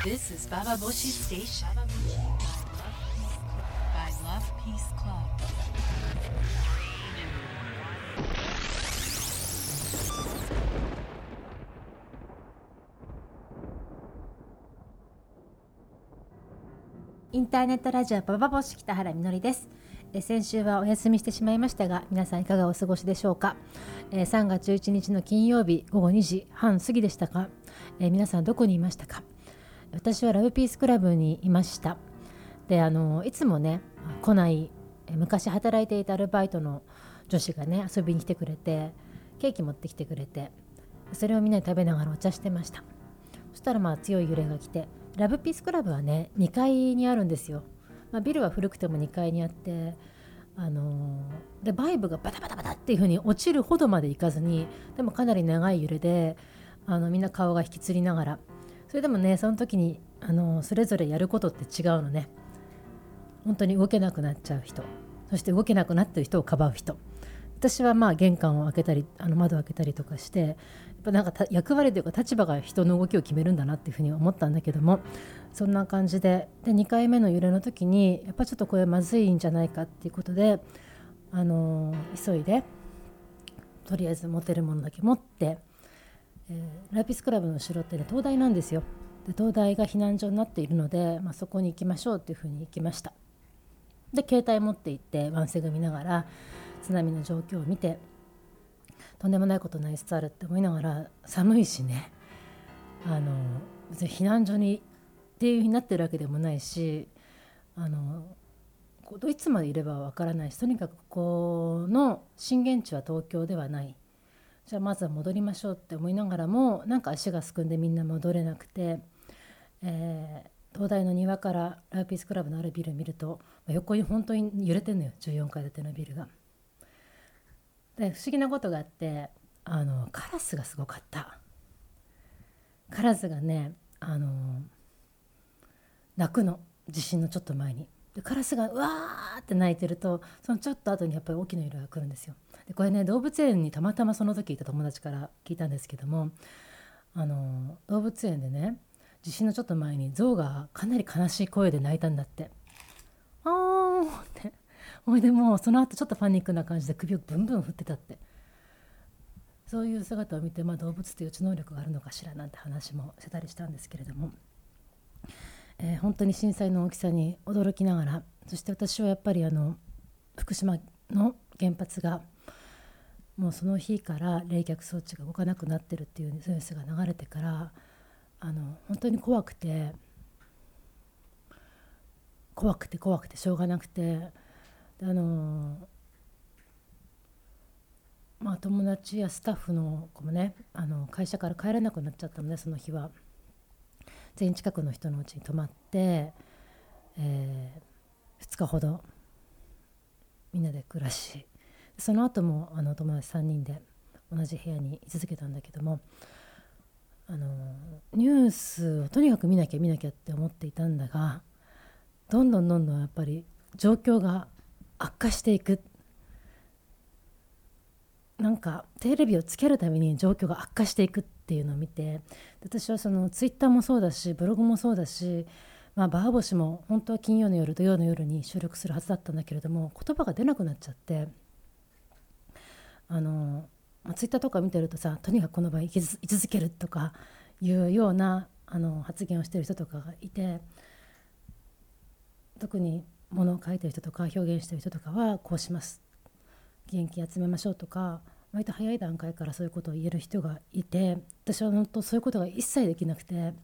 This is Baba Boshi Station by Love Peace Club. インターネットラジオババボシ北原みのりです。先週はお休みしてしまいましたが、皆さんいかがお過ごしでしょうか。3月11日の金曜日午後2時半過ぎでしたか。皆さんどこにいましたか。私はラブピースクラブにいました。で、いつもね来ない昔働いていたアルバイトの女子がね遊びに来てくれて、ケーキ持ってきてくれて、それをみんなで食べながらお茶してました。そしたら強い揺れが来て、ラブピースクラブはね2階にあるんですよ。ビルは古くても2階にあって、でバイブがバタバタバタっていう風に落ちるほどまでいかずに、でもかなり長い揺れでみんな顔が引きつりながら、それでもねその時にそれぞれやることって違うのね。本当に動けなくなっちゃう人、そして動けなくなってる人をかばう人。私は玄関を開けたり窓を開けたりとかして、やっぱなんか役割というか立場が人の動きを決めるんだなっていうふうに思ったんだけども、そんな感じで2回目の揺れの時にやっぱちょっとこれまずいんじゃないかっていうことで、急いでとりあえず持てるものだけ持って、ラピスクラブの後ろってね灯台なんですよ。で灯台が避難所になっているので、そこに行きましょうっていうふうに行きました。で携帯持って行ってワンセグ見ながら津波の状況を見て、とんでもないことないしつあるって思いながら、寒いしね、別に避難所にっていう風になってるわけでもないし、いつまでいればわからないし、とにかくここの震源地は東京ではない。じゃあまずは戻りましょうって思いながらも、なんか足がすくんでみんな戻れなくて、東大の庭からラブピースクラブのあるビルを見ると、横に本当に揺れてるのよ、14階建てのビルが。で不思議なことがあって、カラスがすごかった。カラスがね鳴くの、地震のちょっと前に。でカラスがうわーって鳴いてると、そのちょっと後にやっぱり大きな揺れが来るんですよ。でこれね動物園にたまたまその時いた友達から聞いたんですけども、動物園でね地震のちょっと前に象がかなり悲しい声で鳴いたんだって。あーってほいでもうその後ちょっとパニックな感じで首をブンブン振ってたって。そういう姿を見て、動物っていう予知能力があるのかしらなんて話もしてたりしたんですけれども、本当に震災の大きさに驚きながら、そして私はやっぱり福島の原発がもうその日から冷却装置が動かなくなってるっていうニュースが流れてから、本当に怖くてしょうがなくて、で友達やスタッフの子もね会社から帰れなくなっちゃったので、その日は全員近くの人のうちに泊まって、2日ほどみんなで暮らし、その後も友達3人で同じ部屋に居続けたんだけども、ニュースをとにかく見なきゃって思っていたんだが、どんどんやっぱり状況が悪化していく。なんかテレビをつけるために状況が悪化していくっていうのを見て、私はそのツイッターもそうだしブログもそうだし、バーボシも本当は金曜の夜土曜の夜に収録するはずだったんだけれども、言葉が出なくなっちゃって、ツイッターとか見てるとさ、とにかくこの場合居続けるとかいうような発言をしている人とかがいて、特に物を書いてる人とか表現してる人とかはこうします、元気集めましょうとか、割と早い段階からそういうことを言える人がいて、私は本当そういうことが一切できなくて、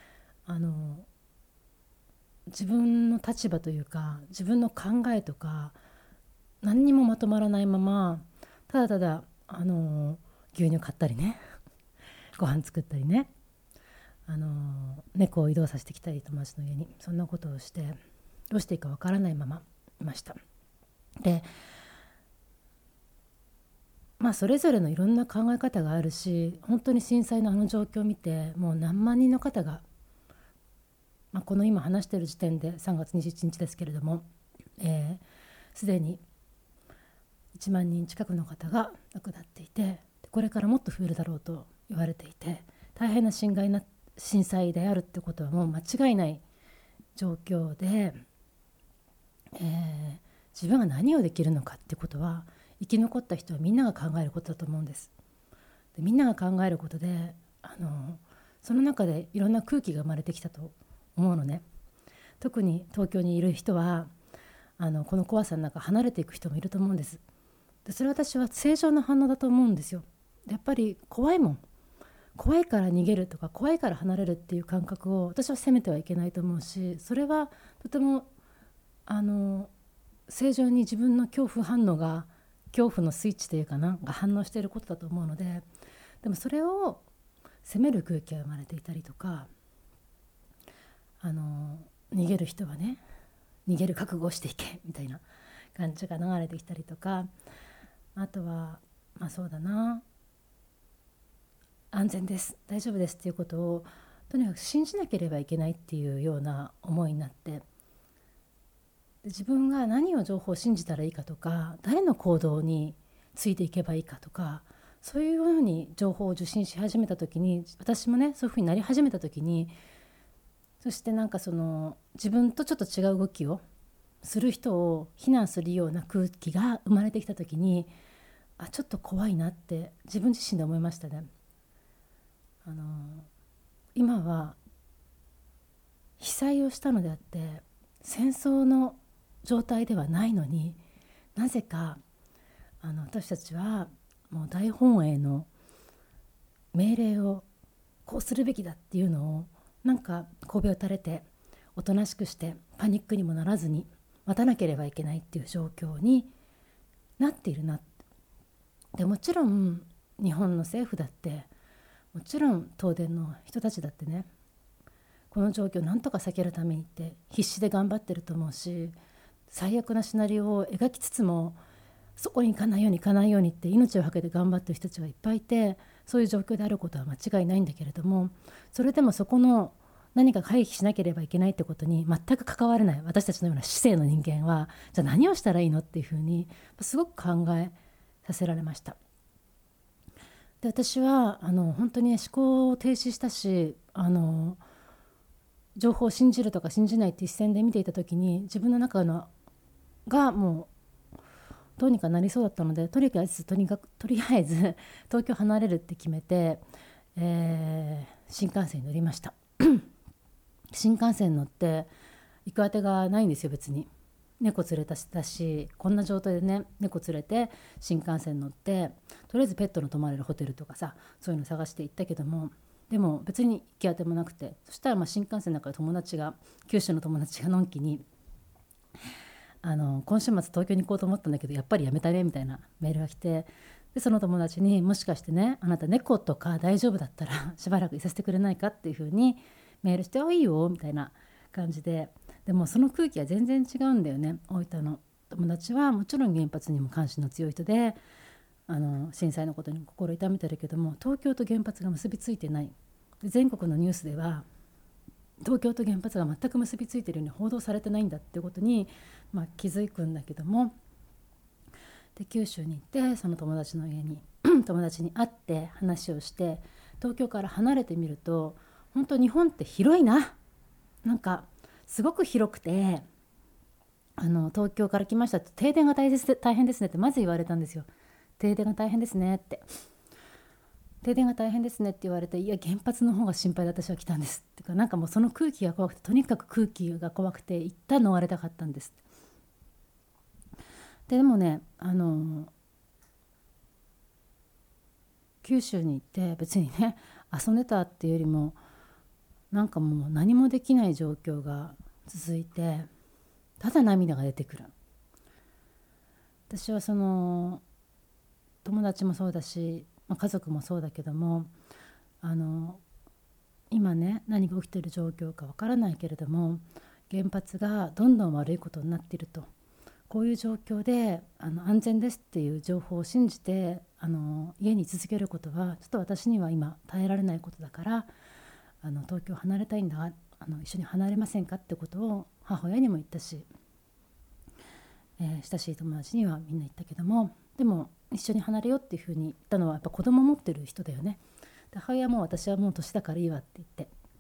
自分の立場というか自分の考えとか何にもまとまらないまま、ただただ牛乳買ったりねご飯作ったりね、猫を移動させてきたり友達の家に、そんなことをしてどうしていいかわからないままいました。でそれぞれのいろんな考え方があるし、本当に震災の状況を見てもう何万人の方が、この今話している時点で3月21日ですけれども、すでに1万人近くの方が亡くなっていて、これからもっと増えるだろうと言われていて、大変な心震災であるってことはもう間違いない状況で、自分が何をできるのかってことは生き残った人はみんなが考えることだと思うんです。でみんなが考えることでその中でいろんな空気が生まれてきたと思うのね。特に東京にいる人はこの怖さの中離れていく人もいると思うんです。でそれは私は正常な反応だと思うんですよ。やっぱり怖いもん。怖いから逃げるとか怖いから離れるっていう感覚を私は責めてはいけないと思うし、それはとても正常に自分の恐怖反応が恐怖のスイッチというかなが反応していることだと思うので、でもそれを責める空気が生まれていたりとか、逃げる人はね逃げる覚悟をしていけみたいな感じが流れてきたりとか、あとはそうだな、安全です大丈夫ですっていうことをとにかく信じなければいけないっていうような思いになって、で自分が何を情報を信じたらいいかとか誰の行動についていけばいいかとか、そういうように情報を受信し始めた時に、私もねそういうふうになり始めた時に、そして自分とちょっと違う動きをする人を非難するような空気が生まれてきた時に、ちょっと怖いなって自分自身で思いましたね。今は被災をしたのであって戦争の状態ではないのに、なぜか私たちはもう大本営の命令をこうするべきだっていうのをなんか神戸を垂れておとなしくしてパニックにもならずに待たなければいけないっていう状況になっているな。でもちろん日本の政府だってもちろん東電の人たちだってねこの状況をなんとか避けるためにって必死で頑張ってると思うし、最悪なシナリオを描きつつもそこに行かないように行かないようにって命を懸けて頑張ってる人たちがいっぱいいて、そういう状況であることは間違いないんだけれども、それでもそこの何か回避しなければいけないってことに全く関われない私たちのような市政の人間はじゃあ何をしたらいいのっていうふうにすごく考えさせられました。で私は本当に思考を停止したし、情報を信じるとか信じないって一線で見ていた時に自分の中のがもうどうにかなりそうだったので、とりあえず東京離れるって決めて、新幹線に乗りました新幹線に乗って行く当てがないんですよ。別に猫連れたしこんな状態でね猫連れて新幹線乗ってとりあえずペットの泊まれるホテルとかさそういうの探して行ったけども、でも別に行き当てもなくて、そしたら新幹線の中で九州の友達がのんきに今週末東京に行こうと思ったんだけどやっぱりやめたねみたいなメールが来て、でその友達にもしかしてねあなた猫とか大丈夫だったらしばらくいさせてくれないかっていう風にメールして、いいよみたいな感じで、でもその空気は全然違うんだよね。大分の友達はもちろん原発にも関心の強い人で震災のことに心痛めてるけども、東京と原発が結びついてない。で全国のニュースでは東京と原発が全く結びついているように報道されてないんだっていうことに、気づくんだけども、で九州に行ってその友達の家に友達に会って話をして東京から離れてみると本当日本って広いな、なんかすごく広くて東京から来ましたって停電が大変ですねってまず言われたんですよ。停電が大変ですねって、停電が大変ですねって言われて、いや原発の方が心配で私は来たんですってか、なんかもうその空気が怖くて、とにかく空気が怖くて一旦逃れたかったんです。でもね九州に行って別にね遊んでたっていうよりもなんかもう何もできない状況が続いて、ただ涙が出てくる。私はその友達もそうだし、家族もそうだけども今ね何が起きている状況かわからないけれども原発がどんどん悪いことになっていると、こういう状況で安全ですっていう情報を信じて家に続けることはちょっと私には今耐えられないことだから東京離れたいんだ、一緒に離れませんかってことを母親にも言ったし、親しい友達にはみんな言ったけども、でも一緒に離れようっていうふうに言ったのはやっぱ子供持ってる人だよね。で母親も私はもう年だからいいわって言って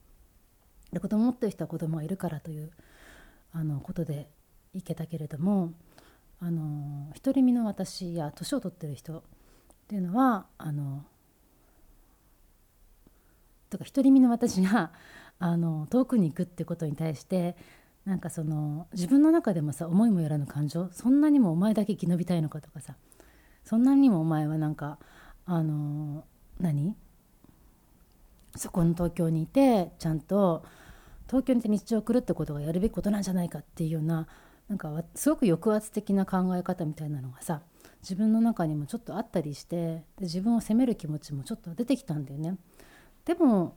で子供を持ってる人は子供がいるからということでいけたけれども、独り身の私や年を取ってる人っていうのはとか独り身の私が遠くに行くってことに対してなんか自分の中でもさ、思いもよらぬ感情、そんなにもお前だけ生き延びたいのかとかさ、そんなにもお前はなんかそこの東京にいてちゃんと東京にいて日常を送るってことがやるべきことなんじゃないかっていうような、なんかすごく抑圧的な考え方みたいなのがさ、自分の中にもちょっとあったりして、で自分を責める気持ちもちょっと出てきたんだよね。でも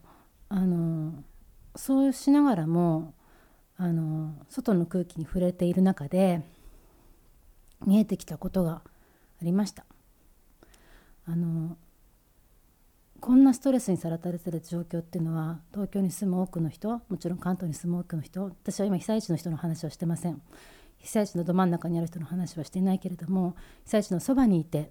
そうしながらも外の空気に触れている中で見えてきたことがありました。こんなストレスにさらされている状況っていうのは、東京に住む多くの人、もちろん関東に住む多くの人、私は今被災地の人の話はしてません。被災地のど真ん中にある人の話はしていないけれども、被災地のそばにいて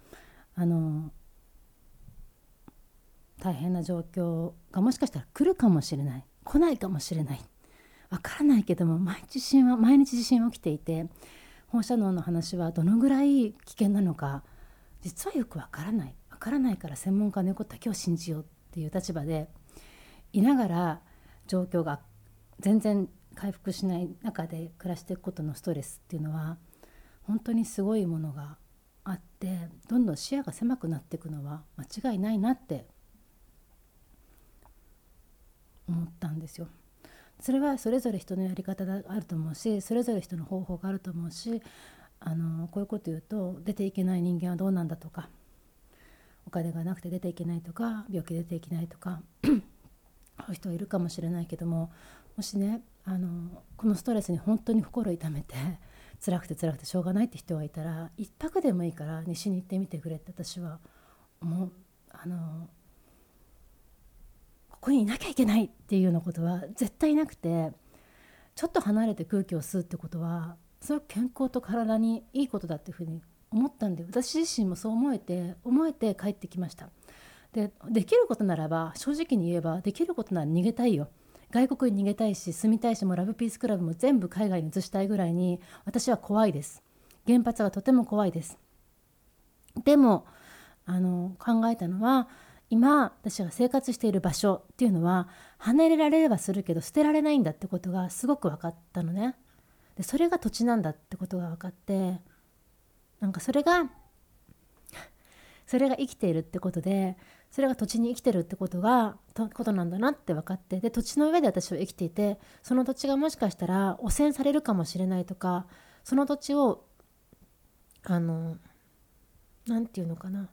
大変な状況がもしかしたら来るかもしれない、来ないかもしれない、わからないけども毎日地震は起きていて、放射能の話はどのぐらい危険なのか実はよくわからないから専門家の言うことだけを信じようっていう立場でいながら、状況が全然回復しない中で暮らしていくことのストレスっていうのは本当にすごいものがあって、どんどん視野が狭くなっていくのは間違いないなって思ったんですよ。それはそれぞれ人のやり方があると思うし、それぞれ人の方法があると思うし、こういうこと言うと出ていけない人間はどうなんだとか、お金がなくて出ていけないとか、病気で出ていけないとかそういう人はいるかもしれないけども、もしねこのストレスに本当に心痛めて辛くてしょうがないって人がいたら、一泊でもいいから西に行ってみてくれって私は思う。ここにいなきゃいけないっていうようなことは絶対なくて、ちょっと離れて空気を吸うってことはそれは健康と体にいいことだっていうふうに思ったんで、私自身もそう思えて帰ってきました。できることならば、正直に言えばできることなら逃げたいよ。外国に逃げたいし住みたいし、もうラブピースクラブも全部海外に移したいぐらいに私は怖いです。原発はとても怖いです。でも考えたのは、今私が生活している場所っていうのは離れられればするけど捨てられないんだってことがすごく分かったのね。でそれが土地なんだってことが分かって、なんかそれが生きているってことで、それが土地に生きてるってことなんだなって分かって、で土地の上で私は生きていて、その土地がもしかしたら汚染されるかもしれないとか、その土地をなんていうのかな、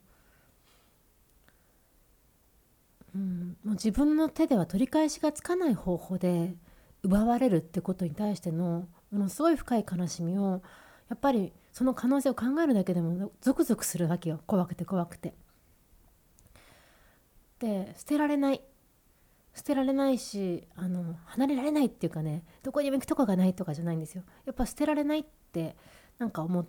もう自分の手では取り返しがつかない方法で奪われるってことに対してのものすごい深い悲しみを、やっぱりその可能性を考えるだけでもゾクゾクするわけよ。怖くてで捨てられないし離れられないっていうかね、どこにも行くとこがないとかじゃないんですよ。やっぱ捨てられないってなんか思って、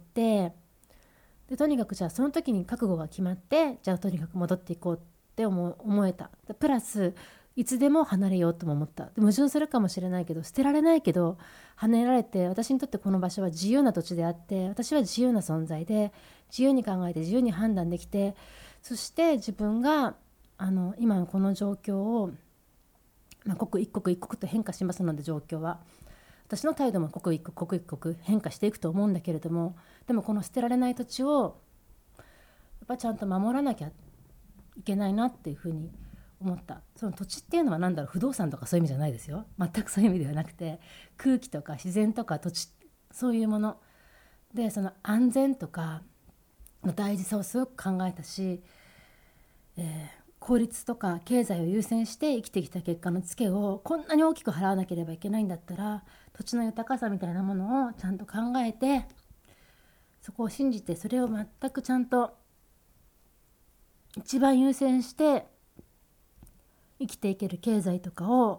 でとにかくじゃあその時に覚悟が決まって、じゃあとにかく戻っていこうって思えた。プラスいつでも離れようとも思った。で矛盾するかもしれないけど、捨てられないけど離れられて、私にとってこの場所は自由な土地であって、私は自由な存在で自由に考えて自由に判断できて、そして自分が今のこの状況を、刻一刻と変化しますので、状況は私の態度も刻一刻変化していくと思うんだけれども、でもこの捨てられない土地をやっぱちゃんと守らなきゃいけないなっていうふうに思った。その土地っていうのは何だろう、不動産とかそういう意味じゃないですよ。全くそういう意味ではなくて、空気とか自然とか土地、そういうもので、その安全とかの大事さをすごく考えたし、効率とか経済を優先して生きてきた結果のツケをこんなに大きく払わなければいけないんだったら、土地の豊かさみたいなものをちゃんと考えて、そこを信じて、それを全くちゃんと一番優先して生きていける経済とかを、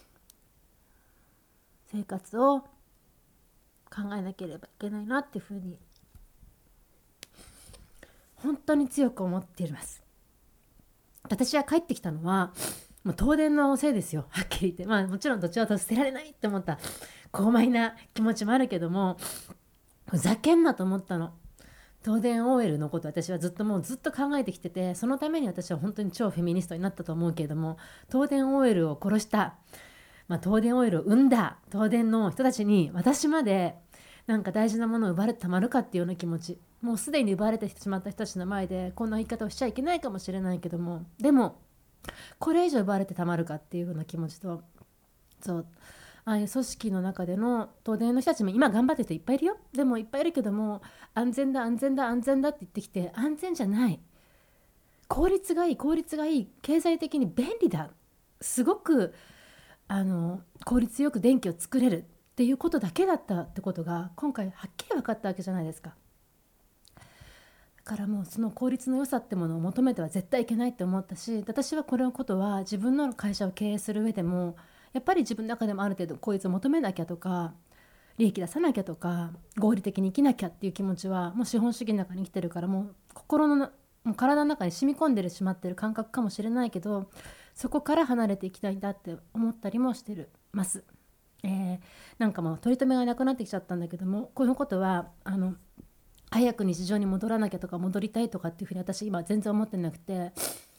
生活を考えなければいけないなっていうふうに本当に強く思っています。私は帰ってきたのはもう東電のせいですよ、はっきり言って。もちろん土地は捨てられないって思った高邁な気持ちもあるけども、ふざけんなと思ったの。東電 OL のこと私はずっと考えてきてて、そのために私は本当に超フェミニストになったと思うけれども、東電 OL を殺した、東電 OL を生んだ東電の人たちに私までなんか大事なものを奪われてたまるかっていうような気持ち、もうすでに奪われてしまった人たちの前でこんな言い方をしちゃいけないかもしれないけども、でもこれ以上奪われてたまるかっていうような気持ちと、そうああいう組織の中での東電の人たちも今頑張ってる人いっぱいいるよ。でもいっぱいいるけども、安全だ安全だ安全だって言ってきて、安全じゃない、効率がいい経済的に便利だ、すごく効率よく電気を作れるっていうことだけだったってことが今回はっきり分かったわけじゃないですか。だからもうその効率の良さってものを求めては絶対いけないって思ったし、私はこれのことは自分の会社を経営する上でもやっぱり自分の中でもある程度効率を求めなきゃとか、利益出さなきゃとか、合理的に生きなきゃっていう気持ちはもう資本主義の中に生きてるから、もうもう体の中に染み込んでしまってる感覚かもしれないけど、そこから離れていきたいんだって思ったりもしてます。なんかもう取り留めがなくなってきちゃったんだけども、このことは早く日常に戻らなきゃとか戻りたいとかっていうふうに私今全然思ってなくて、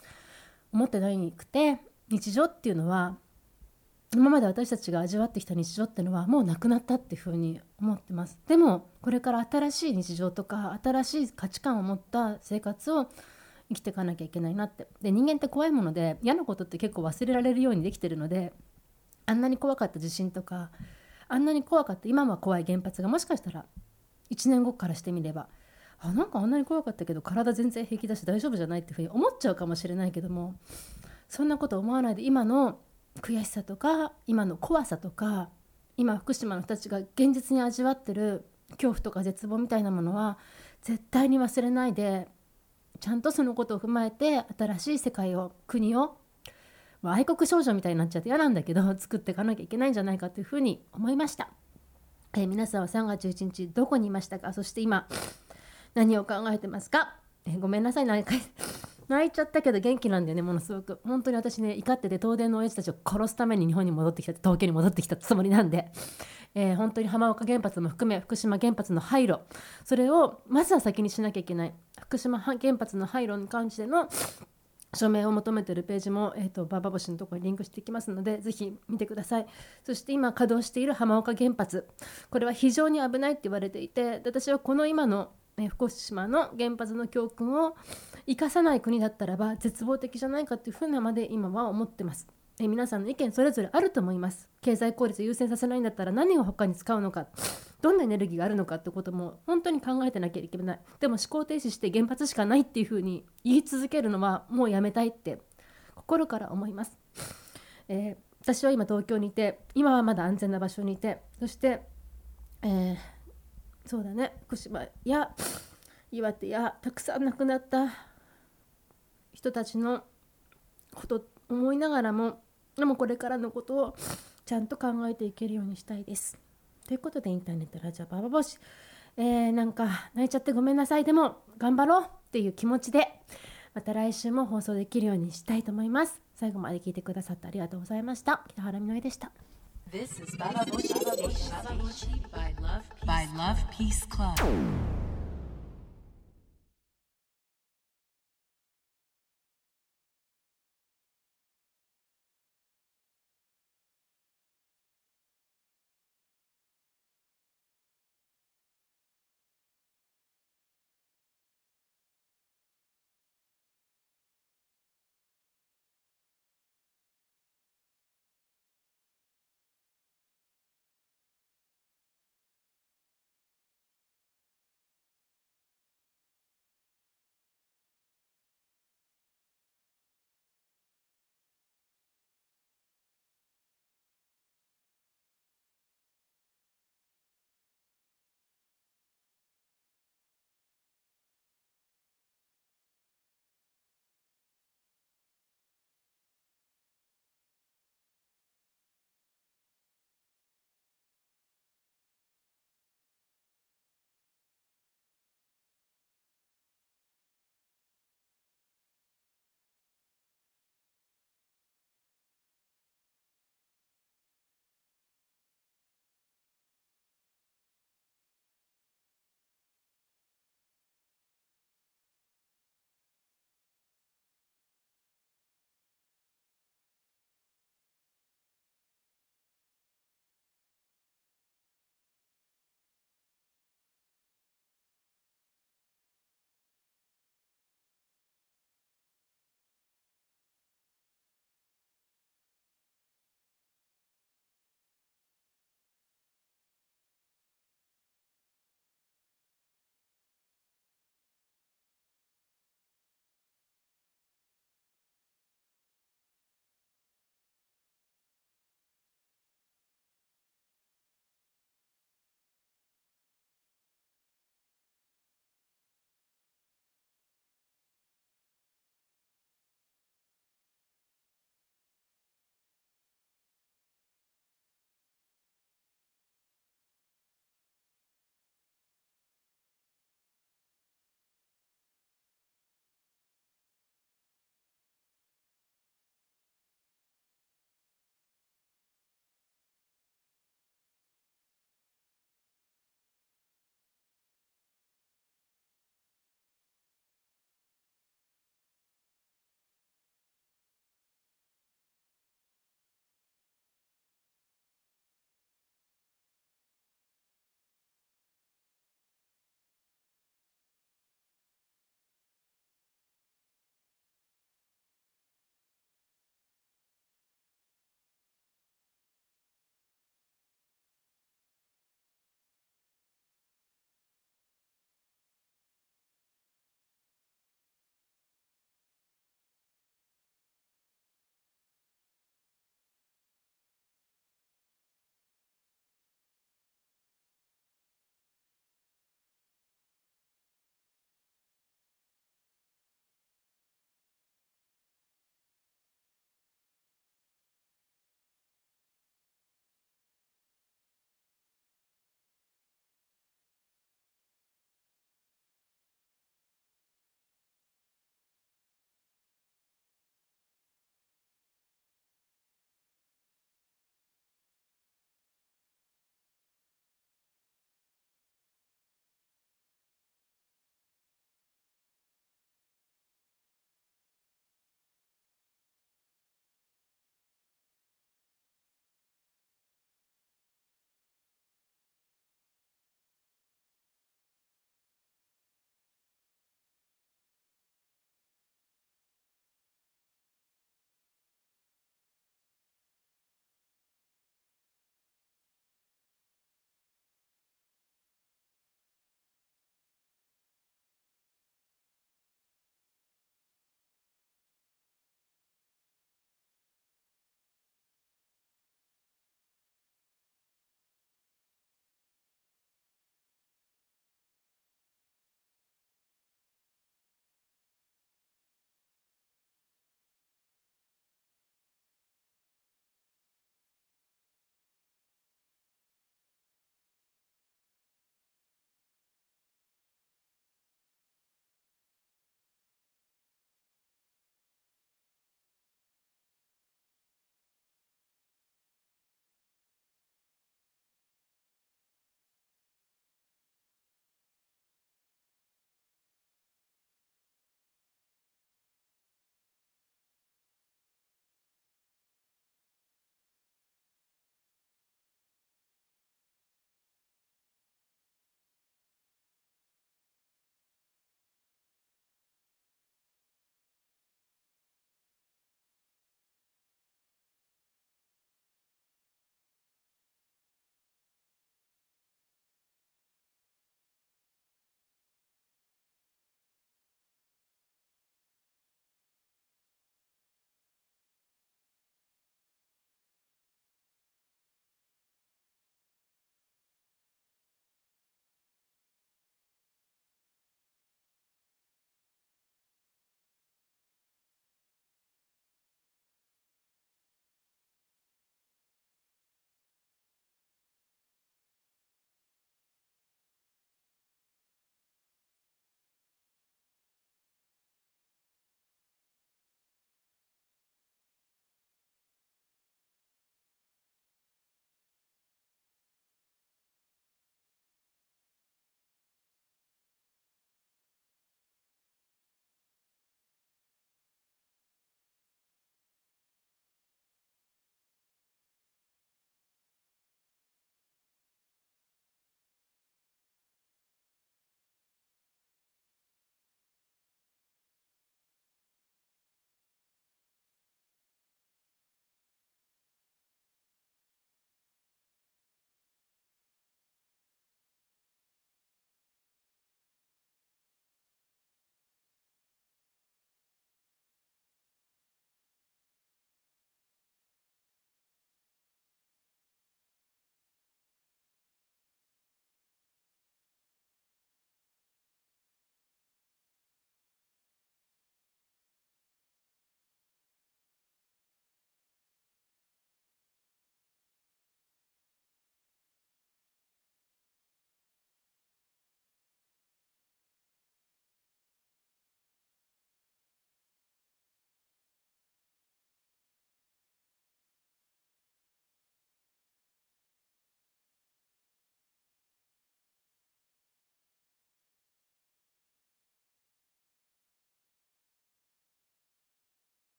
日常っていうのは今まで私たちが味わってきた日常っていうのはもうなくなったっていうふうに思ってます。でもこれから新しい日常とか新しい価値観を持った生活を生きていかなきゃいけないなって。で、人間って怖いもので嫌なことって結構忘れられるようにできてるので、あんなに怖かった地震とか、あんなに怖かった今は怖い原発がもしかしたら1年後からしてみれば、なんかあんなに怖かったけど体全然平気だし大丈夫じゃないっていうふうに思っちゃうかもしれないけども、そんなこと思わないで今の悔しさとか今の怖さとか、今福島の人たちが現実に味わってる恐怖とか絶望みたいなものは絶対に忘れないで、ちゃんとそのことを踏まえて新しい世界を、国を、愛国少女みたいになっちゃって嫌なんだけど作っていかなきゃいけないんじゃないかというふうに思いました。皆さんは3月11日どこにいましたか？そして今何を考えてますか？ごめんなさい、泣いちゃったけど元気なんだよね、ものすごく。本当に私ね、怒ってて東電の親父たちを殺すために日本に戻ってきた、東京に戻ってきたつもりなんで、本当に浜岡原発も含め福島原発の廃炉、それをまずは先にしなきゃいけない。福島原発の廃炉に関しての署名を求めているページも、ババ星のところにリンクしていきますので、ぜひ見てください。そして今稼働している浜岡原発、これは非常に危ないって言われていて、私はこの今の福島の原発の教訓を生かさない国だったらば絶望的じゃないかというふうなまで今は思ってます。皆さんの意見それぞれあると思います。経済効率を優先させないんだったら何を他に使うのか、どんなエネルギーがあるのかってことも本当に考えてなきゃいけない。でも思考停止して原発しかないっていうふうに言い続けるのはもうやめたいって心から思います。私は今東京にいて、今はまだ安全な場所にいて、そして、そうだね、福島や岩手やたくさん亡くなった人たちのことを思いながらも、でもこれからのことをちゃんと考えていけるようにしたいです。ということで、インターネットラジオババボシ、なんか泣いちゃってごめんなさい。でも頑張ろうっていう気持ちでまた来週も放送できるようにしたいと思います。最後まで聞いてくださってありがとうございました。北原みのりでした。 This is Baba Boshi Station by Love Peace Club.